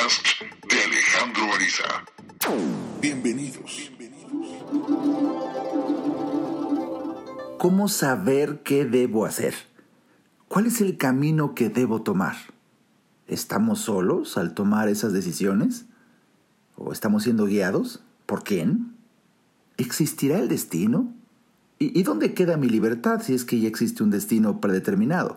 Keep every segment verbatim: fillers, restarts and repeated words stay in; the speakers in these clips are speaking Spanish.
podcast de Alejandro Ariza. Bienvenidos. ¿Cómo saber qué debo hacer? ¿Cuál es el camino que debo tomar? ¿Estamos solos al tomar esas decisiones? ¿O estamos siendo guiados? ¿Por quién? ¿Existirá el destino? ¿Y, y dónde queda mi libertad si es que ya existe un destino predeterminado?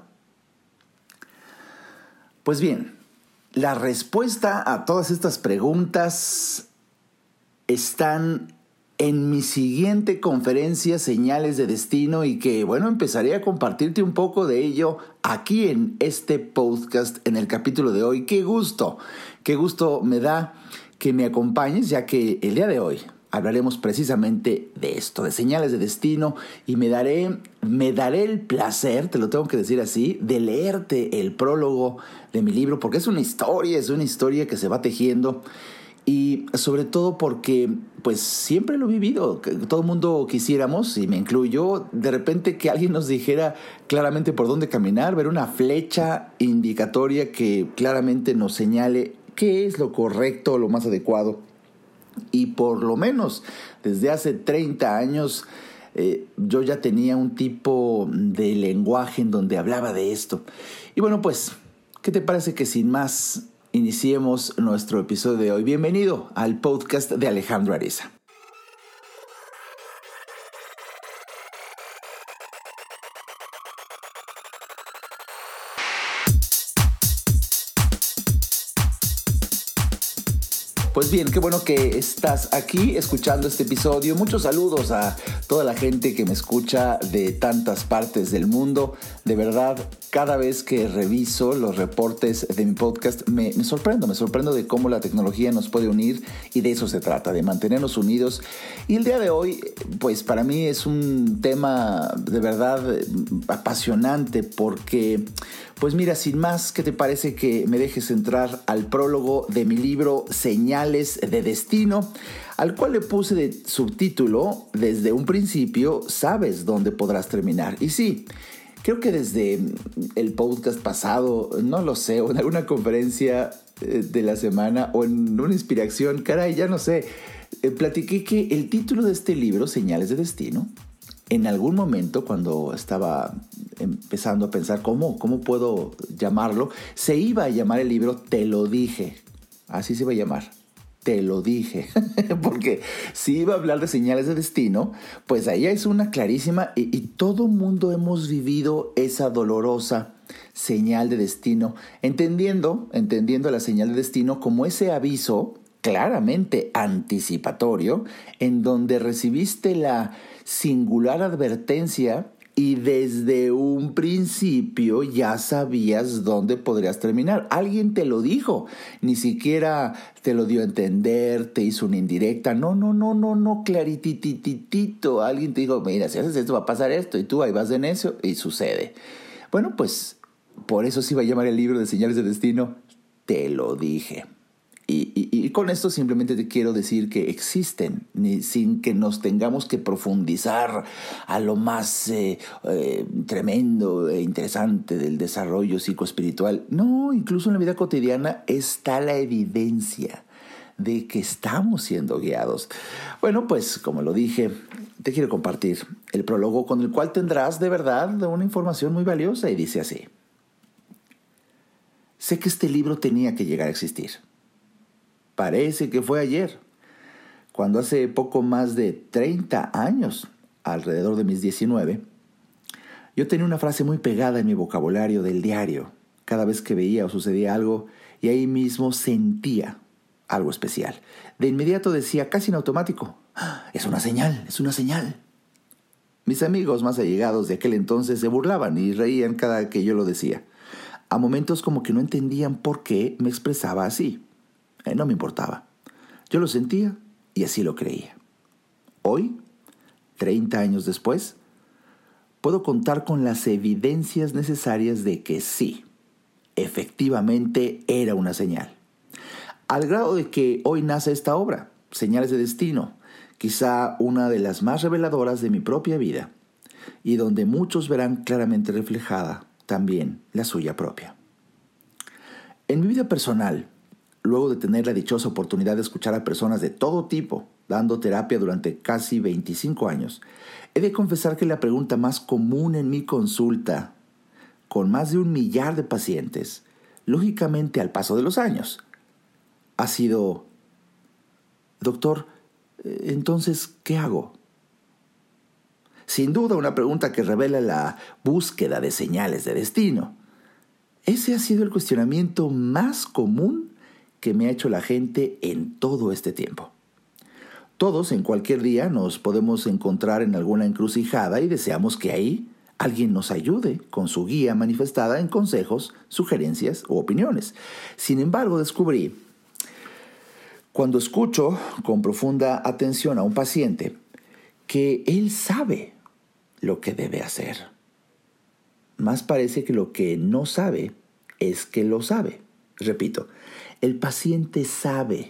Pues bien, la respuesta a todas estas preguntas están en mi siguiente conferencia Señales de Destino y que, bueno, empezaré a compartirte un poco de ello aquí en este podcast en el capítulo de hoy. ¡Qué gusto! ¡Qué gusto me da que me acompañes, ya que el día de hoy hablaremos precisamente de esto, de señales de destino, y me daré, me daré el placer, te lo tengo que decir así, de leerte el prólogo de mi libro, porque es una historia, es una historia que se va tejiendo, y sobre todo porque pues siempre lo he vivido. Todo el mundo quisiéramos, y me incluyo, de repente que alguien nos dijera claramente por dónde caminar, ver una flecha indicatoria que claramente nos señale qué es lo correcto, lo más adecuado. Y por lo menos desde hace treinta años eh, yo ya tenía un tipo de lenguaje en donde hablaba de esto. Y bueno, pues, ¿qué te parece que sin más iniciemos nuestro episodio de hoy? Bienvenido al podcast de Alejandro Ariza. Pues bien, qué bueno que estás aquí escuchando este episodio. Muchos saludos a toda la gente que me escucha de tantas partes del mundo. De verdad, cada vez que reviso los reportes de mi podcast me, me sorprendo, me sorprendo de cómo la tecnología nos puede unir, y de eso se trata, de mantenernos unidos. Y el día de hoy, pues para mí es un tema de verdad apasionante porque, pues mira, sin más, ¿qué te parece que me dejes entrar al prólogo de mi libro Señales de Destino, al cual le puse de subtítulo: desde un principio sabes dónde podrás terminar? Y sí, creo que desde el podcast pasado, no lo sé, o en alguna conferencia de la semana, o en una inspiración, caray, ya no sé, eh, platiqué que el título de este libro, Señales de Destino, en algún momento cuando estaba empezando a pensar cómo, cómo puedo llamarlo, se iba a llamar el libro Te lo dije. Así se iba a llamar. Te lo dije. Porque si iba a hablar de señales de destino, pues ahí es una clarísima, y, y todo mundo hemos vivido esa dolorosa señal de destino, entendiendo, entendiendo la señal de destino como ese aviso claramente anticipatorio en donde recibiste la singular advertencia y desde un principio ya sabías dónde podrías terminar. Alguien te lo dijo, ni siquiera te lo dio a entender, te hizo una indirecta. No, no, no, no, no, claritititito. Alguien te dijo, mira, si haces esto va a pasar esto, y tú ahí vas de necio y sucede. Bueno, pues por eso se iba a llamar el libro de Señales de Destino, Te lo dije. Y, y, y con esto simplemente te quiero decir que existen, ni, sin que nos tengamos que profundizar a lo más eh, eh, tremendo e interesante del desarrollo psicoespiritual. No, incluso en la vida cotidiana está la evidencia de que estamos siendo guiados. Bueno, pues como lo dije, te quiero compartir el prólogo con el cual tendrás de verdad una información muy valiosa, y dice así: sé que este libro tenía que llegar a existir. Parece que fue ayer, cuando hace poco más de treinta años, alrededor de mis diecinueve, yo tenía una frase muy pegada en mi vocabulario del diario, cada vez que veía o sucedía algo, y ahí mismo sentía algo especial. De inmediato decía, casi en automático, es una señal, es una señal. Mis amigos más allegados de aquel entonces se burlaban y reían cada que yo lo decía. A momentos como que no entendían por qué me expresaba así. Eh, no me importaba. Yo lo sentía y así lo creía. Hoy, treinta años después, puedo contar con las evidencias necesarias de que sí, efectivamente era una señal. Al grado de que hoy nace esta obra, Señales de Destino, quizá una de las más reveladoras de mi propia vida, y donde muchos verán claramente reflejada también la suya propia. En mi vida personal, luego de tener la dichosa oportunidad de escuchar a personas de todo tipo, dando terapia durante casi veinticinco años, he de confesar que la pregunta más común en mi consulta, con más de un millar de pacientes, lógicamente al paso de los años, ha sido: doctor, entonces, ¿qué hago? Sin duda una pregunta que revela la búsqueda de señales de destino. Ese ha sido el cuestionamiento más común que me ha hecho la gente en todo este tiempo. Todos en cualquier día nos podemos encontrar en alguna encrucijada y deseamos que ahí alguien nos ayude con su guía manifestada en consejos, sugerencias u opiniones. Sin embargo, descubrí, cuando escucho con profunda atención a un paciente, que él sabe lo que debe hacer. Más parece que lo que no sabe es que lo sabe. Repito, el paciente sabe,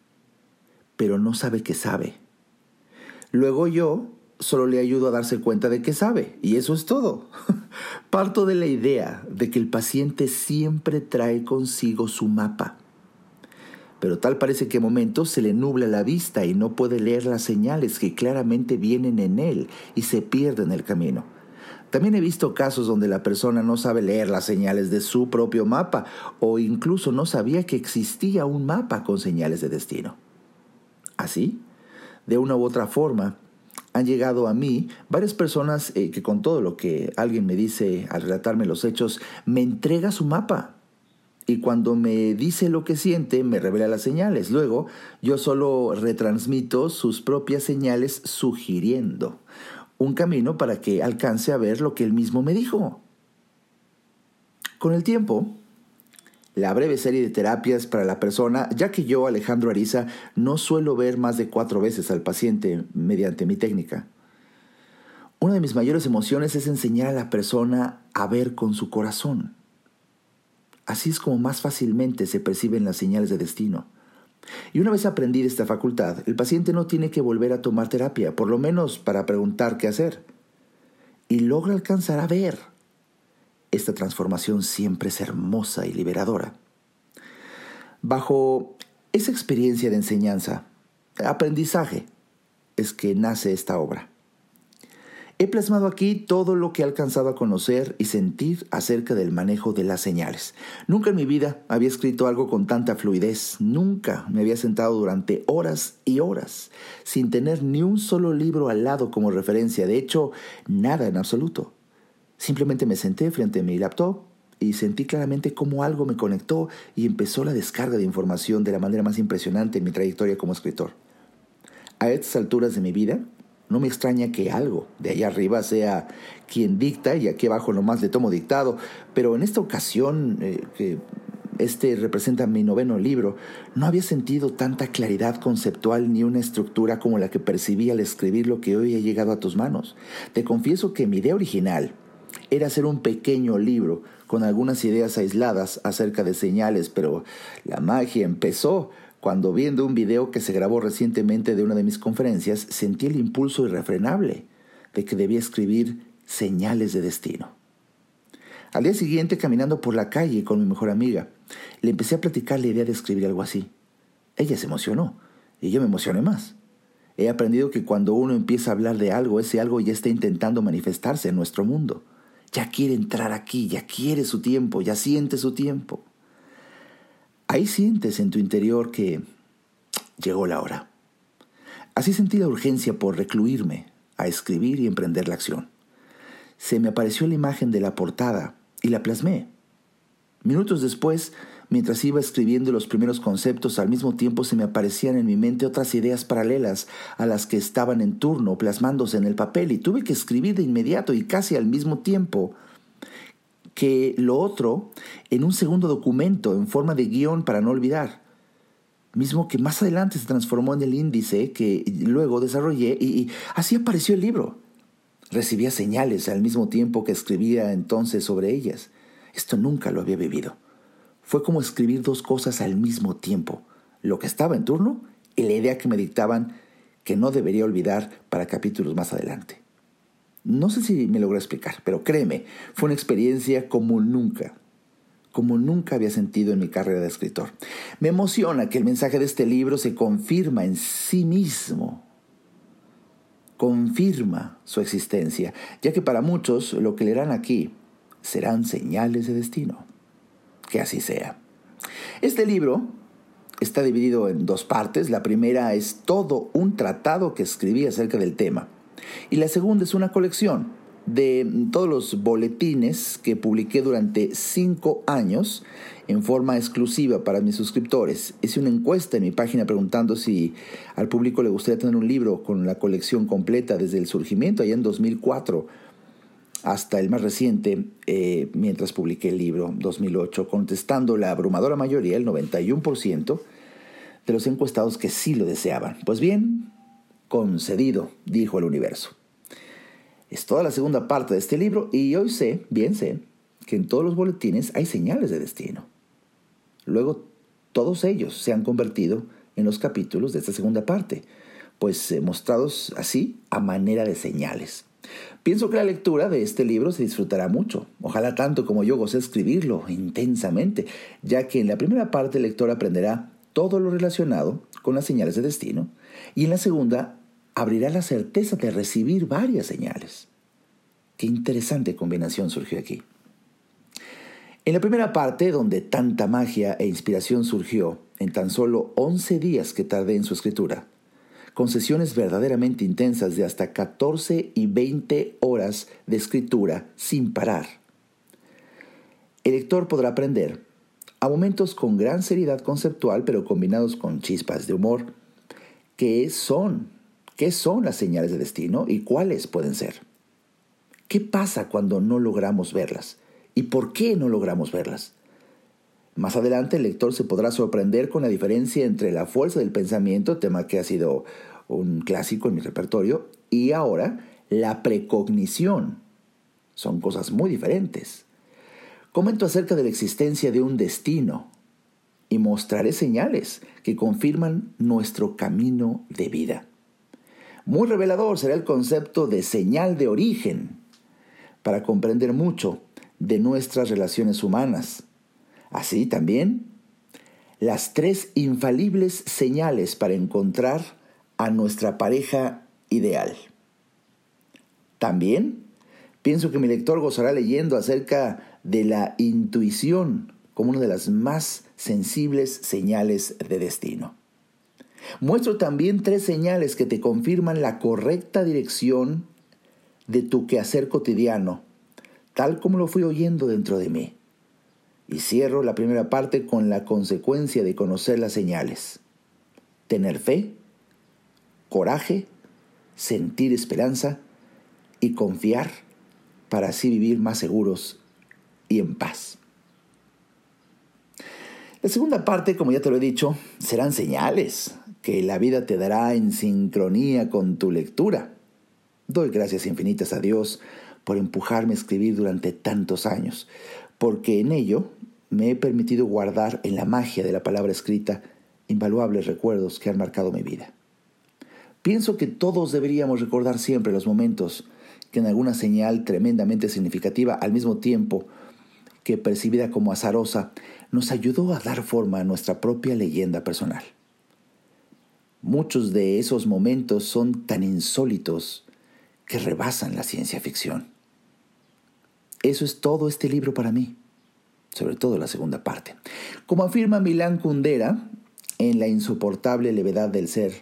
pero no sabe que sabe. Luego yo solo le ayudo a darse cuenta de que sabe, y eso es todo. Parto de la idea de que el paciente siempre trae consigo su mapa. Pero tal parece que en momentos se le nubla la vista y no puede leer las señales que claramente vienen en él y se pierde en el camino. También he visto casos donde la persona no sabe leer las señales de su propio mapa o incluso no sabía que existía un mapa con señales de destino. Así, de una u otra forma, han llegado a mí varias personas eh, que con todo lo que alguien me dice al relatarme los hechos, me entrega su mapa. Y cuando me dice lo que siente, me revela las señales. Luego, yo solo retransmito sus propias señales sugiriendo un camino para que alcance a ver lo que él mismo me dijo. Con el tiempo, la breve serie de terapias para la persona, ya que yo, Alejandro Ariza, no suelo ver más de cuatro veces al paciente mediante mi técnica. Una de mis mayores emociones es enseñar a la persona a ver con su corazón. Así es como más fácilmente se perciben las señales de destino. Y una vez aprendida esta facultad, el paciente no tiene que volver a tomar terapia, por lo menos para preguntar qué hacer. Y logra alcanzar a ver. Esta transformación siempre es hermosa y liberadora. Bajo esa experiencia de enseñanza, aprendizaje, es que nace esta obra. He plasmado aquí todo lo que he alcanzado a conocer y sentir acerca del manejo de las señales. Nunca en mi vida había escrito algo con tanta fluidez. Nunca me había sentado durante horas y horas sin tener ni un solo libro al lado como referencia. De hecho, nada en absoluto. Simplemente me senté frente a mi laptop y sentí claramente cómo algo me conectó y empezó la descarga de información de la manera más impresionante en mi trayectoria como escritor. A estas alturas de mi vida, no me extraña que algo de allá arriba sea quien dicta y aquí abajo nomás le tomo dictado, pero en esta ocasión, eh, que este representa mi noveno libro, no había sentido tanta claridad conceptual ni una estructura como la que percibí al escribir lo que hoy ha llegado a tus manos. Te confieso que mi idea original era hacer un pequeño libro con algunas ideas aisladas acerca de señales, pero la magia empezó cuando, viendo un video que se grabó recientemente de una de mis conferencias, sentí el impulso irrefrenable de que debía escribir señales de destino. Al día siguiente, caminando por la calle con mi mejor amiga, le empecé a platicar la idea de escribir algo así. Ella se emocionó y yo me emocioné más. He aprendido que cuando uno empieza a hablar de algo, ese algo ya está intentando manifestarse en nuestro mundo. Ya quiere entrar aquí, ya quiere su tiempo, ya siente su tiempo. Ahí sientes en tu interior que llegó la hora. Así sentí la urgencia por recluirme a escribir y emprender la acción. Se me apareció la imagen de la portada y la plasmé. Minutos después, mientras iba escribiendo los primeros conceptos, al mismo tiempo se me aparecían en mi mente otras ideas paralelas a las que estaban en turno plasmándose en el papel, y tuve que escribir de inmediato y casi al mismo tiempo que lo otro en un segundo documento en forma de guión para no olvidar, mismo que más adelante se transformó en el índice que luego desarrollé, y, y así apareció el libro. Recibía señales al mismo tiempo que escribía entonces sobre ellas. Esto nunca lo había vivido. Fue como escribir dos cosas al mismo tiempo, lo que estaba en turno y la idea que me dictaban que no debería olvidar para capítulos más adelante. No sé si me logré explicar, pero créeme, fue una experiencia como nunca. como nunca había sentido en mi carrera de escritor. Me emociona que el mensaje de este libro se confirma en sí mismo, confirma su existencia, ya que para muchos lo que leerán aquí serán señales de destino. Que así sea. Este libro está dividido en dos partes. La primera es todo un tratado que escribí acerca del tema. Y la segunda es una colección de todos los boletines que publiqué durante cinco años en forma exclusiva para mis suscriptores. Hice una encuesta en mi página preguntando si al público le gustaría tener un libro con la colección completa desde el surgimiento allá en dos mil cuatro hasta el más reciente, eh, mientras publiqué el libro, dos mil ocho, contestando la abrumadora mayoría, el noventa y uno por ciento de los encuestados que sí lo deseaban. Pues bien, concedido, dijo el universo. Es toda la segunda parte de este libro y hoy sé, bien sé, que en todos los boletines hay señales de destino. Luego, todos ellos se han convertido en los capítulos de esta segunda parte, pues eh, mostrados así a manera de señales. Pienso que la lectura de este libro se disfrutará mucho, ojalá tanto como yo gocé escribirlo intensamente, ya que en la primera parte el lector aprenderá todo lo relacionado con las señales de destino y en la segunda abrirá la certeza de recibir varias señales. Qué interesante combinación surgió aquí. En la primera parte, donde tanta magia e inspiración surgió en tan solo once días que tardé en su escritura, con sesiones verdaderamente intensas de hasta catorce y veinte horas de escritura sin parar, el lector podrá aprender, a momentos con gran seriedad conceptual, pero combinados con chispas de humor, qué son ¿Qué son las señales de destino y cuáles pueden ser? ¿Qué pasa cuando no logramos verlas? ¿Y por qué no logramos verlas? Más adelante el lector se podrá sorprender con la diferencia entre la fuerza del pensamiento, tema que ha sido un clásico en mi repertorio, y ahora la precognición. Son cosas muy diferentes. Comento acerca de la existencia de un destino y mostraré señales que confirman nuestro camino de vida. Muy revelador será el concepto de señal de origen para comprender mucho de nuestras relaciones humanas. Así también, las tres infalibles señales para encontrar a nuestra pareja ideal. También pienso que mi lector gozará leyendo acerca de la intuición como una de las más sensibles señales de destino. Muestro también tres señales que te confirman la correcta dirección de tu quehacer cotidiano, tal como lo fui oyendo dentro de mí. Y cierro la primera parte con la consecuencia de conocer las señales. Tener fe, coraje, sentir esperanza y confiar para así vivir más seguros y en paz. La segunda parte, como ya te lo he dicho, serán señales que la vida te dará en sincronía con tu lectura. Doy gracias infinitas a Dios por empujarme a escribir durante tantos años, porque en ello me he permitido guardar en la magia de la palabra escrita invaluables recuerdos que han marcado mi vida. Pienso que todos deberíamos recordar siempre los momentos que en alguna señal tremendamente significativa, al mismo tiempo que percibida como azarosa, nos ayudó a dar forma a nuestra propia leyenda personal. Muchos de esos momentos son tan insólitos que rebasan la ciencia ficción. Eso es todo este libro para mí, sobre todo la segunda parte. Como afirma Milan Kundera en La insoportable levedad del ser,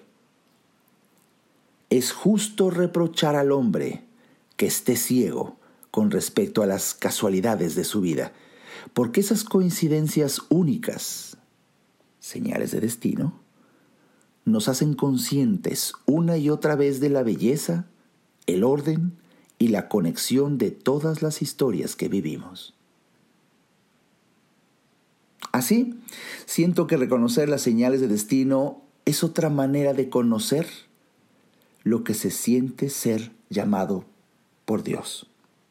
es justo reprochar al hombre que esté ciego con respecto a las casualidades de su vida, porque esas coincidencias únicas, señales de destino, nos hacen conscientes una y otra vez de la belleza, el orden y la conexión de todas las historias que vivimos. Así, siento que reconocer las señales de destino es otra manera de conocer lo que se siente ser llamado por Dios.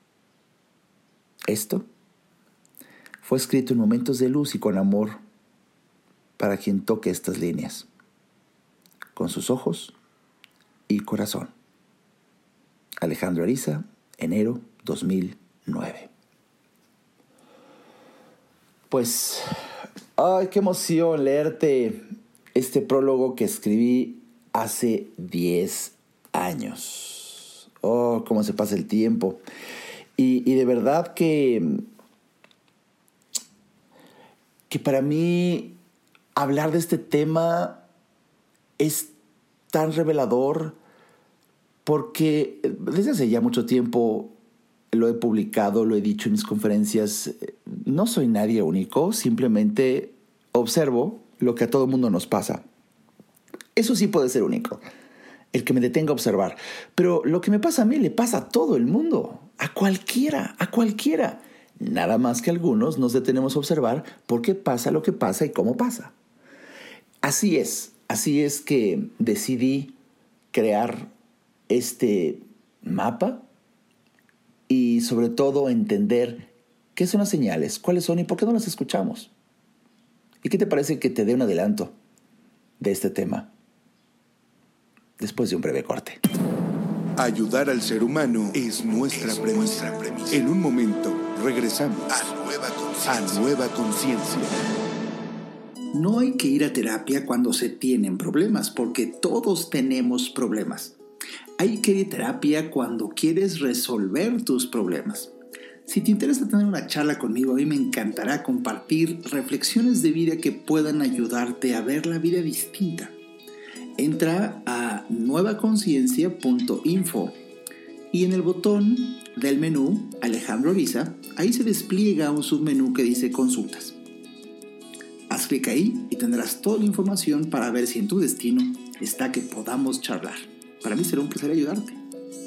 Esto fue escrito en momentos de luz y con amor para quien toque estas líneas, con sus ojos y corazón. Alejandro Ariza, enero dos mil nueve. Pues, ay, qué emoción leerte este prólogo que escribí hace diez años. Oh, cómo se pasa el tiempo. Y, y de verdad que, que para mí hablar de este tema es tan revelador porque desde hace ya mucho tiempo lo he publicado, lo he dicho en mis conferencias. No soy nadie único, simplemente observo lo que a todo mundo nos pasa. Eso sí puede ser único, el que me detenga a observar. Pero lo que me pasa a mí le pasa a todo el mundo, a cualquiera, a cualquiera. Nada más que algunos nos detenemos a observar por qué pasa lo que pasa y cómo pasa. Así es, así es que decidí crear este mapa y sobre todo entender qué son las señales, cuáles son y por qué no las escuchamos. ¿Y qué te parece que te dé un adelanto de este tema después de un breve corte? Ayudar al ser humano es nuestra es premisa. Nuestra premisa. En un momento regresamos a Nueva Conciencia. A Nueva Conciencia. No hay que ir a terapia cuando se tienen problemas, porque todos tenemos problemas. Hay que ir a terapia cuando quieres resolver tus problemas. Si te interesa tener una charla conmigo, a mí me encantará compartir reflexiones de vida que puedan ayudarte a ver la vida distinta. Entra a nueva conciencia punto info y en el botón del menú Alejandro Ariza, ahí se despliega un submenú que dice consultas. Haz clic ahí y tendrás toda la información para ver si en tu destino está que podamos charlar. Para mí será un placer ayudarte.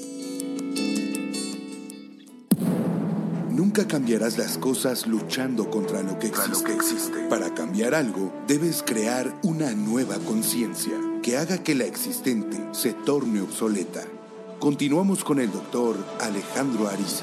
Nunca cambiarás las cosas luchando contra lo que existe. Lo que existe. Para cambiar algo, debes crear una nueva conciencia que haga que la existente se torne obsoleta. Continuamos con el doctor Alejandro Ariza.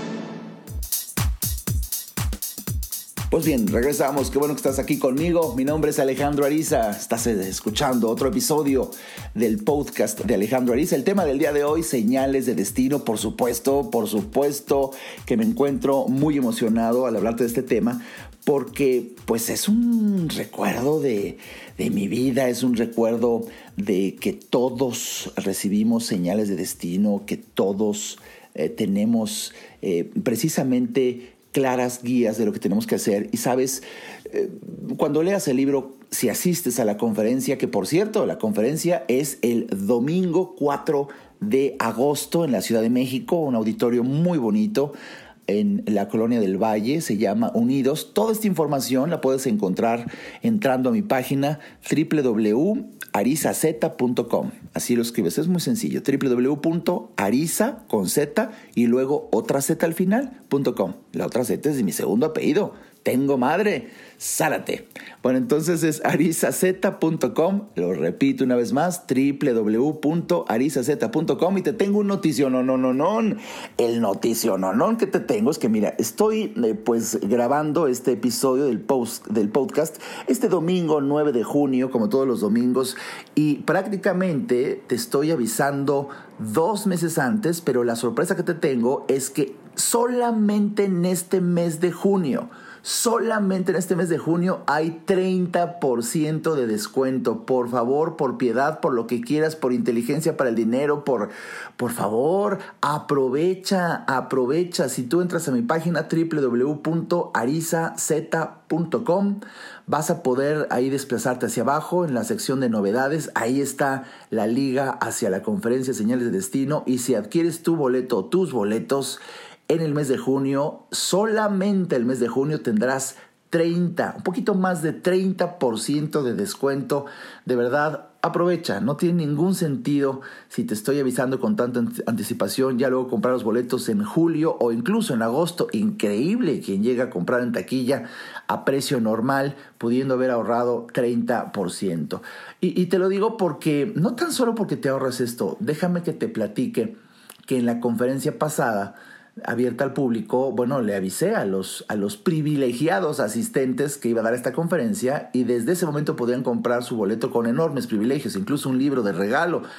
Pues bien, regresamos. Qué bueno que estás aquí conmigo. Mi nombre es Alejandro Ariza. Estás escuchando otro episodio del podcast de Alejandro Ariza. El tema del día de hoy, señales de destino. Por supuesto, por supuesto que me encuentro muy emocionado al hablarte de este tema porque pues es un recuerdo de, de mi vida, es un recuerdo de que todos recibimos señales de destino, que todos eh, tenemos eh, precisamente claras guías de lo que tenemos que hacer. Y sabes, eh, cuando leas el libro, si asistes a la conferencia, que por cierto, la conferencia es el domingo cuatro de agosto en la Ciudad de México, un auditorio muy bonito en la Colonia del Valle, se llama Unidos. Toda esta información la puedes encontrar entrando a mi página doble u doble u doble u punto ariza zeta punto com. Así lo escribes, es muy sencillo. doble u doble u doble u punto ariza con Z y luego otra Z al final, punto com. La otra Z es de mi segundo apellido. Tengo madre, Zárate. Bueno, entonces es ariza zeta punto com. Lo repito una vez más, doble u doble u doble u punto ariza zeta punto com. Y te tengo un noticionononón. El noticiononón que te tengo es que, mira, estoy eh, pues grabando este episodio del, post, del podcast este domingo nueve de junio, como todos los domingos. Y prácticamente te estoy avisando dos meses antes, pero la sorpresa que te tengo es que solamente en este mes de junio, solamente en este mes de junio hay treinta por ciento de descuento. Por favor, por piedad, por lo que quieras, por inteligencia para el dinero, por, por favor, aprovecha, aprovecha. Si tú entras a mi página doble u doble u doble u punto ariza zeta punto com, vas a poder ahí desplazarte hacia abajo en la sección de novedades. Ahí está la liga hacia la conferencia Señales de Destino. Y si adquieres tu boleto o tus boletos en el mes de junio, solamente el mes de junio tendrás treinta, un poquito más de treinta por ciento de descuento. De verdad, aprovecha, no tiene ningún sentido si te estoy avisando con tanta anticipación, ya luego comprar los boletos en julio o incluso en agosto. Increíble quien llega a comprar en taquilla a precio normal, pudiendo haber ahorrado treinta por ciento. Y, y te lo digo porque, no tan solo porque te ahorras esto, déjame que te platique que en la conferencia pasada, abierta al público, bueno, le avisé a los, a los privilegiados asistentes que iba a dar esta conferencia y desde ese momento podían comprar su boleto con enormes privilegios, incluso un libro de regalo.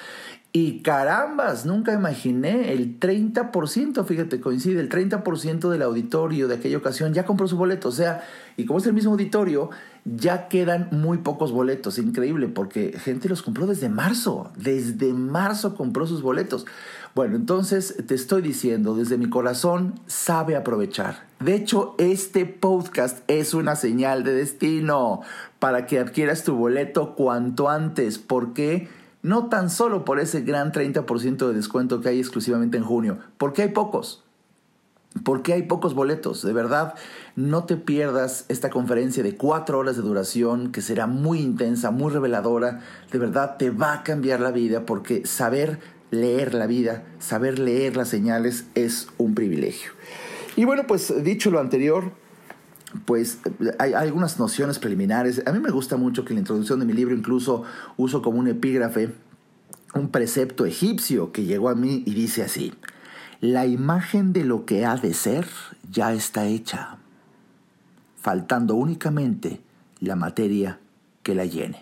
Y carambas, nunca imaginé, el treinta por ciento, fíjate, coincide, el treinta por ciento del auditorio de aquella ocasión ya compró su boleto. O sea, y como es el mismo auditorio, ya quedan muy pocos boletos. Increíble, porque gente los compró desde marzo. Desde marzo compró sus boletos. Bueno, entonces te estoy diciendo, desde mi corazón, sabe aprovechar. De hecho, este podcast es una señal de destino para que adquieras tu boleto cuanto antes. ¿Por qué? No tan solo por ese gran treinta por ciento de descuento que hay exclusivamente en junio. Porque hay pocos. Porque hay pocos boletos. De verdad, no te pierdas esta conferencia de cuatro horas de duración que será muy intensa, muy reveladora. De verdad, te va a cambiar la vida porque saber leer la vida, saber leer las señales es un privilegio. Y bueno, pues dicho lo anterior, pues hay, hay algunas nociones preliminares. A mí me gusta mucho que en la introducción de mi libro incluso uso como un epígrafe un precepto egipcio que llegó a mí y dice así: la imagen de lo que ha de ser ya está hecha, faltando únicamente la materia que la llene.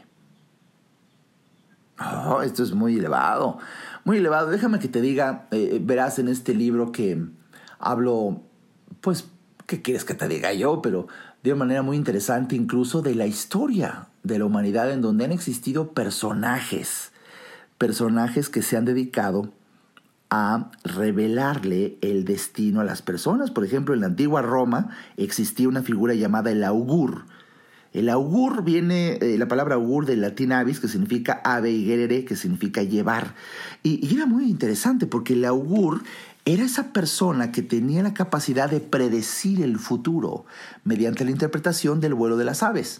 Oh, esto es muy elevado, muy elevado. Déjame que te diga, eh, verás en este libro que hablo, pues, ¿qué quieres que te diga yo? Pero de una manera muy interesante incluso de la historia de la humanidad, en donde han existido personajes, personajes que se han dedicado a revelarle el destino a las personas. Por ejemplo, en la antigua Roma existía una figura llamada el augur. El augur viene, eh, la palabra augur del latín avis, que significa ave, y gerere, que significa llevar. Y, y era muy interesante porque el augur era esa persona que tenía la capacidad de predecir el futuro mediante la interpretación del vuelo de las aves.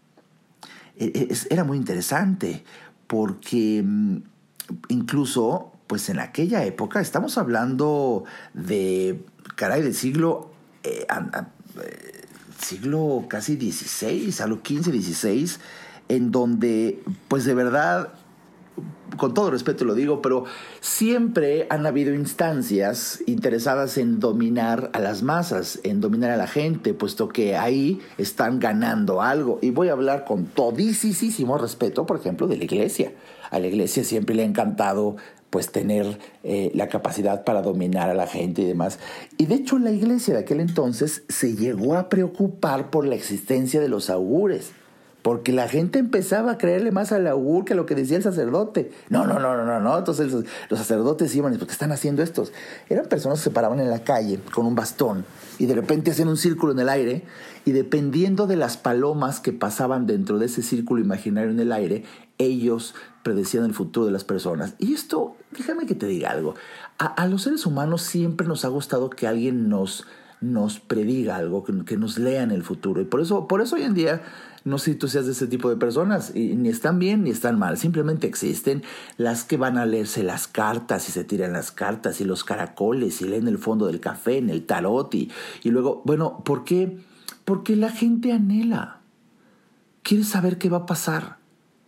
Era muy interesante porque incluso, pues en aquella época, estamos hablando de, caray, del siglo, eh, eh, siglo casi dieciséis, a lo quince, dieciséis, en donde, pues de verdad, con todo respeto lo digo, pero siempre han habido instancias interesadas en dominar a las masas, en dominar a la gente, puesto que ahí están ganando algo. Y voy a hablar con todísimo respeto, por ejemplo, de la iglesia. A la iglesia siempre le ha encantado pues tener eh, la capacidad para dominar a la gente y demás. Y de hecho la iglesia de aquel entonces se llegó a preocupar por la existencia de los augures, porque la gente empezaba a creerle más al augur que a lo que decía el sacerdote. No, no, no, no, no, no. Entonces los, los sacerdotes iban, ¿por qué están haciendo estos? Eran personas que se paraban en la calle con un bastón y de repente hacían un círculo en el aire, y dependiendo de las palomas que pasaban dentro de ese círculo imaginario en el aire, ellos predecían el futuro de las personas. Y esto, déjame que te diga algo. A, a los seres humanos siempre nos ha gustado que alguien nos, nos prediga algo, que, que nos lean el futuro. Y por eso, por eso hoy en día, no sé si tú seas de ese tipo de personas, y ni están bien ni están mal, simplemente existen las que van a leerse las cartas y se tiran las cartas y los caracoles y leen el fondo del café en el tarot y, y luego, bueno, ¿por qué? Porque la gente anhela, quiere saber qué va a pasar.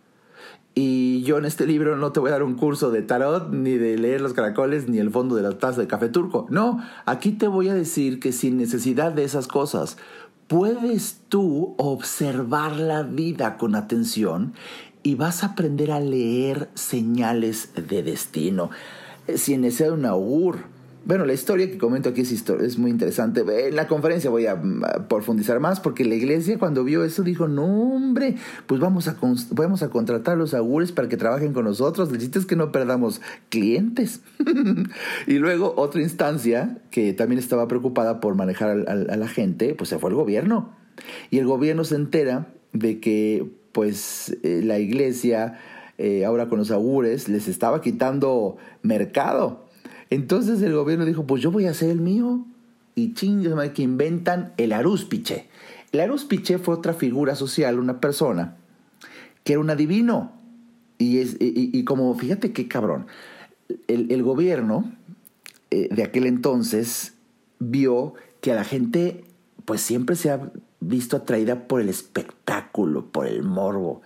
Y yo en este libro no te voy a dar un curso de tarot, ni de leer los caracoles, ni el fondo de la taza de café turco. No, aquí te voy a decir que sin necesidad de esas cosas, puedes tú observar la vida con atención y vas a aprender a leer señales de destino, sin necesidad de un augur. Bueno, la historia que comento aquí es, historia, es muy interesante. En la conferencia voy a profundizar más, porque la iglesia cuando vio eso dijo, no hombre, pues vamos a, vamos a contratar a los augures para que trabajen con nosotros. El chiste es que no perdamos clientes. Y luego otra instancia que también estaba preocupada por manejar a, a, a la gente, pues se fue el gobierno. Y el gobierno se entera de que pues eh, la iglesia eh, ahora con los augures les estaba quitando mercado. Entonces el gobierno dijo, pues yo voy a hacer el mío. Y chingue, que inventan el arúspiche. El arúspiche fue otra figura social, una persona que era un adivino. Y, es, y, y como, fíjate qué cabrón, el, el gobierno eh, de aquel entonces vio que a la gente pues siempre se ha visto atraída por el espectáculo, por el morbo.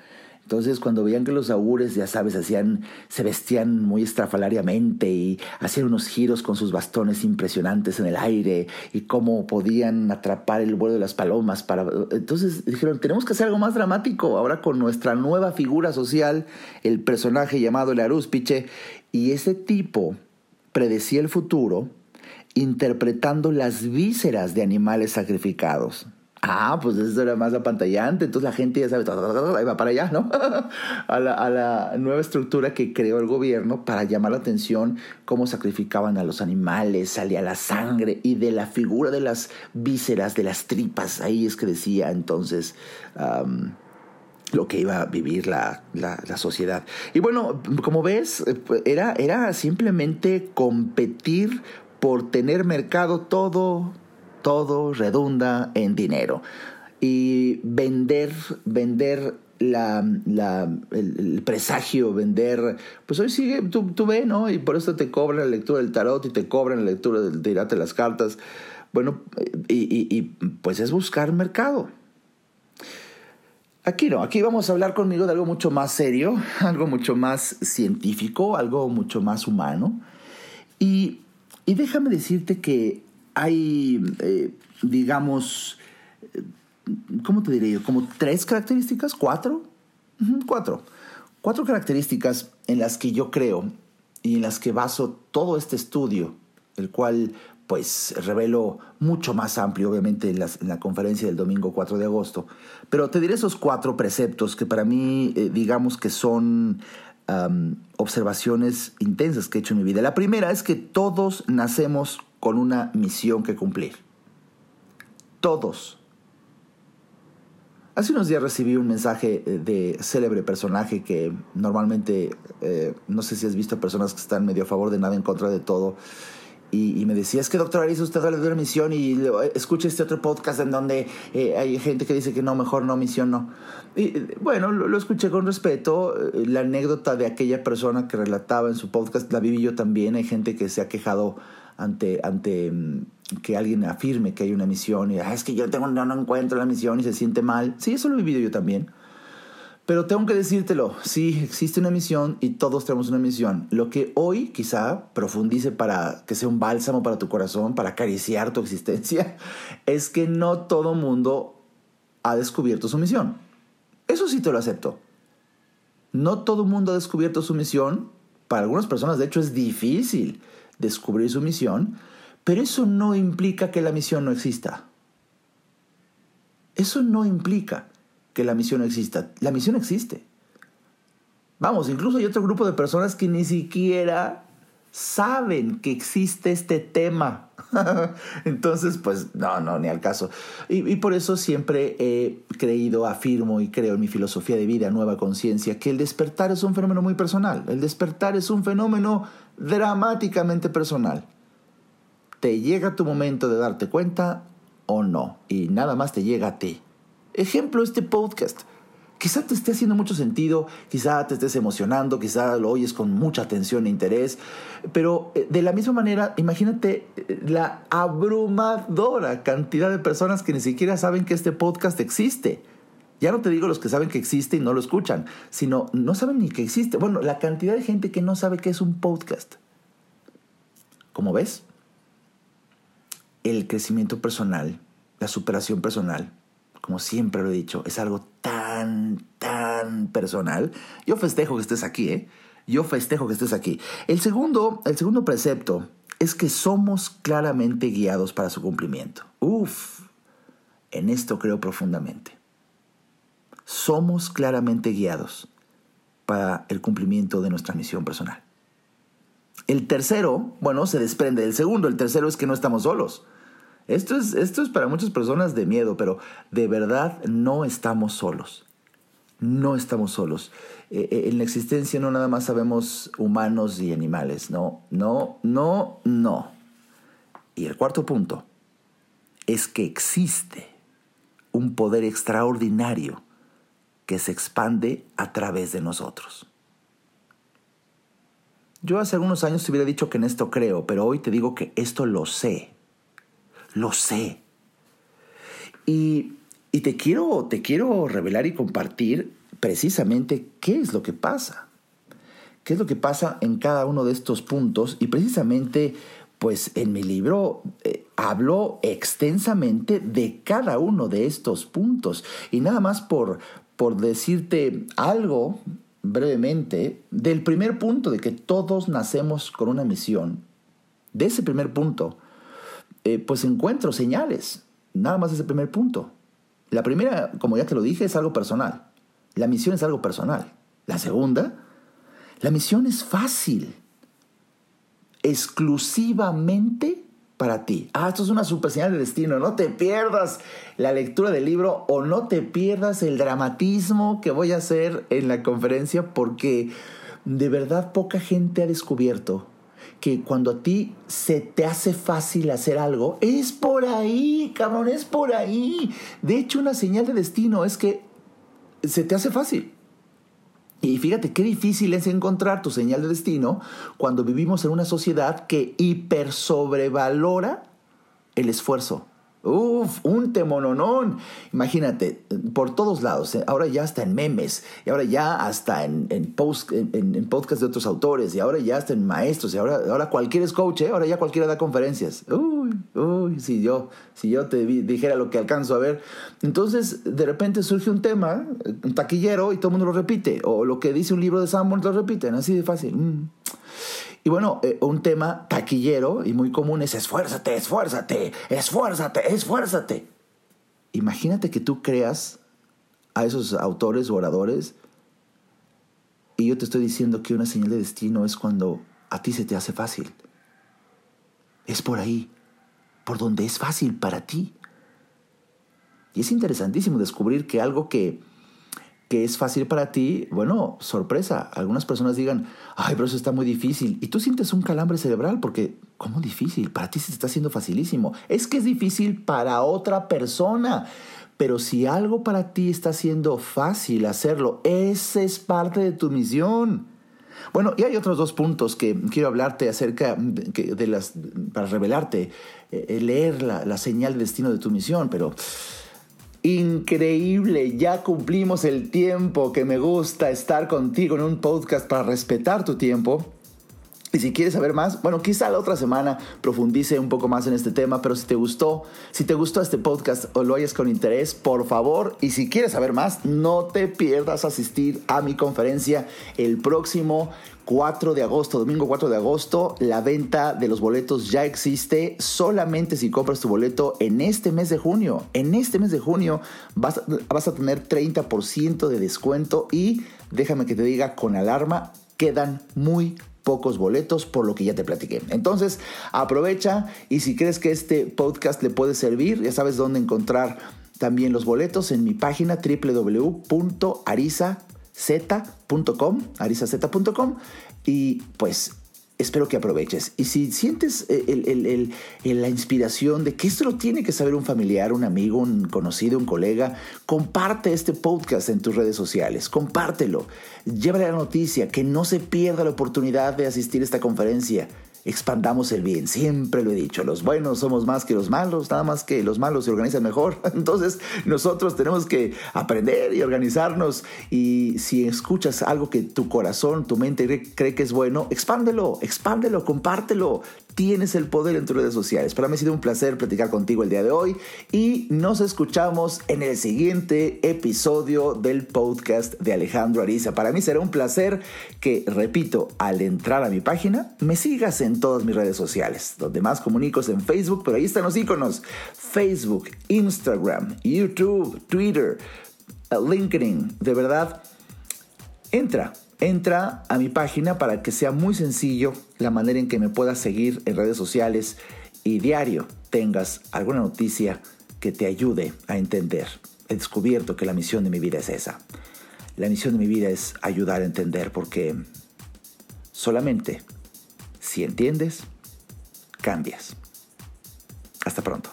Entonces, cuando veían que los augures, ya sabes, hacían, se vestían muy estrafalariamente y hacían unos giros con sus bastones impresionantes en el aire y cómo podían atrapar el vuelo de las palomas para... Entonces dijeron, tenemos que hacer algo más dramático ahora con nuestra nueva figura social, el personaje llamado el Arúspice. Y ese tipo predecía el futuro interpretando las vísceras de animales sacrificados. Ah, pues eso era más apantallante. Entonces la gente ya sabe, ahí va para allá, ¿no? a, la, a la nueva estructura que creó el gobierno para llamar la atención, cómo sacrificaban a los animales, salía la sangre y de la figura de las vísceras, de las tripas. Ahí es que decía entonces um, lo que iba a vivir la, la, la sociedad. Y bueno, como ves, era, era simplemente competir por tener mercado. todo... Todo redunda en dinero. Y vender, vender la, la, el, el presagio, vender... Pues hoy sigue, tú, tú ves, ¿no? Y por eso te cobran la lectura del tarot y te cobran la lectura del tirate de las cartas. Bueno, y, y, y pues es buscar mercado. Aquí no, aquí vamos a hablar conmigo de algo mucho más serio, algo mucho más científico, algo mucho más humano. Y, y déjame decirte que hay, eh, digamos, ¿cómo te diré yo? Como tres características, cuatro, uh-huh, cuatro, cuatro características en las que yo creo y en las que baso todo este estudio, el cual pues revelo mucho más amplio, obviamente, en, las, en la conferencia del domingo cuatro de agosto. Pero te diré esos cuatro preceptos que para mí, eh, digamos que son um, observaciones intensas que he hecho en mi vida. La primera es que todos nacemos con una misión que cumplir. Todos. Hace unos días recibí un mensaje de célebre personaje que normalmente, eh, no sé si has visto personas que están medio a favor de nada, en contra de todo. Y, y me decía, es que doctor Arisa, usted habla de una misión y escucha este otro podcast en donde eh, hay gente que dice que no, mejor no, misión no. Y bueno, lo, lo escuché con respeto. La anécdota de aquella persona que relataba en su podcast la viví yo también. Hay gente que se ha quejado ante, ante que alguien afirme que hay una misión y ah, es que yo tengo, no, no encuentro la misión y se siente mal. Sí, eso lo he vivido yo también. Pero tengo que decírtelo, sí, existe una misión y todos tenemos una misión. Lo que hoy quizá profundice para que sea un bálsamo para tu corazón, para acariciar tu existencia, es que no todo mundo ha descubierto su misión. Eso sí te lo acepto. No todo mundo ha descubierto su misión. Para algunas personas, de hecho, es difícil descubrir su misión, pero eso no implica que la misión no exista. Eso no implica que la misión no exista. La misión existe. Vamos, incluso hay otro grupo de personas que ni siquiera saben que existe este tema. Entonces, pues, no, no, ni al caso. Y, y por eso siempre he creído, afirmo y creo en mi filosofía de vida, Nueva Conciencia, que el despertar es un fenómeno muy personal. El despertar es un fenómeno dramáticamente personal. Te llega tu momento de darte cuenta o no. Y nada más te llega a ti. Ejemplo, este podcast. Quizá te esté haciendo mucho sentido, quizá te estés emocionando, quizá lo oyes con mucha atención e interés, pero de la misma manera, imagínate la abrumadora cantidad de personas que ni siquiera saben que este podcast existe. Ya no te digo los que saben que existe y no lo escuchan, sino no saben ni que existe. Bueno, la cantidad de gente que no sabe que es un podcast. ¿Cómo ves? El crecimiento personal, la superación personal, como siempre lo he dicho, es algo tan, tan personal. Yo festejo que estés aquí, ¿eh? Yo festejo que estés aquí. El segundo, el segundo precepto es que somos claramente guiados para su cumplimiento. Uf, en esto creo profundamente. Somos claramente guiados para el cumplimiento de nuestra misión personal. El tercero, bueno, se desprende del segundo. El tercero es que no estamos solos. Esto es, esto es para muchas personas de miedo, pero de verdad no estamos solos. No estamos solos. Eh, en la existencia no nada más sabemos humanos y animales. No, no, no, no. Y el cuarto punto es que existe un poder extraordinario que se expande a través de nosotros. Yo hace algunos años te hubiera dicho que en esto creo, pero hoy te digo que esto lo sé. Lo sé. Y, y te quiero, te quiero revelar y compartir precisamente qué es lo que pasa. ¿Qué es lo que pasa en cada uno de estos puntos? Y precisamente, pues en mi libro eh, hablo extensamente de cada uno de estos puntos. Y nada más por, por decirte algo brevemente del primer punto, de que todos nacemos con una misión. De ese primer punto, eh, pues encuentro señales. Nada más ese primer punto. La primera, como ya te lo dije, es algo personal. La misión es algo personal. La segunda, la misión es fácil. Exclusivamente para ti. Ah, esto es una super señal de destino. No te pierdas la lectura del libro o no te pierdas el dramatismo que voy a hacer en la conferencia, porque de verdad poca gente ha descubierto que cuando a ti se te hace fácil hacer algo, es por ahí, cabrón, es por ahí. De hecho, una señal de destino es que se te hace fácil. Y fíjate qué difícil es encontrar tu señal de destino cuando vivimos en una sociedad que hiper sobrevalora el esfuerzo. Uf, un temononón. Imagínate, por todos lados, ahora ya hasta en memes, y ahora ya hasta en, en, post, en, en podcast de otros autores, y ahora ya hasta en maestros, y ahora, ahora cualquier es coach, ¿eh? Ahora ya cualquiera da conferencias. Uy, uy, si yo, si yo te vi, dijera lo que alcanzo a ver. Entonces, de repente surge un tema, un taquillero, y todo el mundo lo repite, o lo que dice un libro de Sanborn lo repiten, así de fácil. Mm. Y bueno, eh, un tema taquillero y muy común es esfuérzate, esfuérzate, esfuérzate, esfuérzate. Imagínate que tú creas a esos autores o oradores y yo te estoy diciendo que una señal de destino es cuando a ti se te hace fácil. Es por ahí, por donde es fácil para ti. Y es interesantísimo descubrir que algo que... que es fácil para ti, bueno, sorpresa, algunas personas digan, ay, pero eso está muy difícil, y tú sientes un calambre cerebral porque, ¿cómo difícil? Para ti se te está haciendo facilísimo. Es que es difícil para otra persona, pero si algo para ti está siendo fácil hacerlo, esa es parte de tu misión. Bueno, y hay otros dos puntos que quiero hablarte acerca de, de las, para revelarte, eh, leer la, la señal de destino de tu misión, pero... increíble, ya cumplimos el tiempo que me gusta estar contigo en un podcast para respetar tu tiempo. Y si quieres saber más, bueno, quizá la otra semana profundice un poco más en este tema, pero si te gustó, si te gustó este podcast o lo oyes con interés, por favor, y si quieres saber más, no te pierdas asistir a mi conferencia el próximo cuatro de agosto, domingo cuatro de agosto. La venta de los boletos ya existe. Solamente si compras tu boleto en este mes de junio. En este mes de junio vas, vas a tener treinta por ciento de descuento y déjame que te diga con alarma, quedan muy pocos boletos por lo que ya te platiqué. Entonces, aprovecha y si crees que este podcast le puede servir, ya sabes dónde encontrar también los boletos en mi página doble u doble u doble u punto ariza z punto com, ariza z punto com, y pues espero que aproveches. Y si sientes el, el, el, el, la inspiración de que esto lo tiene que saber un familiar, un amigo, un conocido, un colega, comparte este podcast en tus redes sociales, compártelo, llévale la noticia, que no se pierda la oportunidad de asistir a esta conferencia. Expandamos el bien, siempre lo he dicho, los buenos somos más que los malos, nada más que los malos se organizan mejor. Entonces nosotros tenemos que aprender y organizarnos, y si escuchas algo que tu corazón, tu mente cree, cree que es bueno, expándelo, expándelo, compártelo. Tienes el poder en tus redes sociales. Para mí ha sido un placer platicar contigo el día de hoy y nos escuchamos en el siguiente episodio del podcast de Alejandro Ariza. Para mí será un placer que, repito, al entrar a mi página, me sigas en todas mis redes sociales. Donde más comunico es en Facebook, pero ahí están los iconos: Facebook, Instagram, YouTube, Twitter, LinkedIn. De verdad, entra. Entra a mi página para que sea muy sencillo la manera en que me puedas seguir en redes sociales y diario tengas alguna noticia que te ayude a entender. He descubierto que la misión de mi vida es esa. La misión de mi vida es ayudar a entender, porque solamente si entiendes, cambias. Hasta pronto.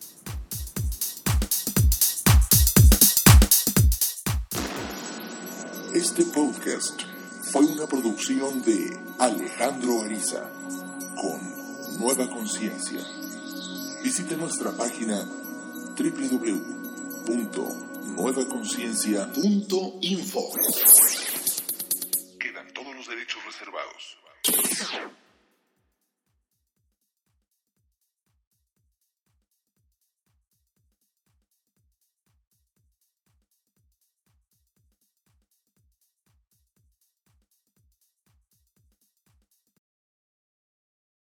Este podcast fue una producción de Alejandro Ariza con Nueva Conciencia. Visita nuestra página doble u doble u doble u punto nueva conciencia punto info.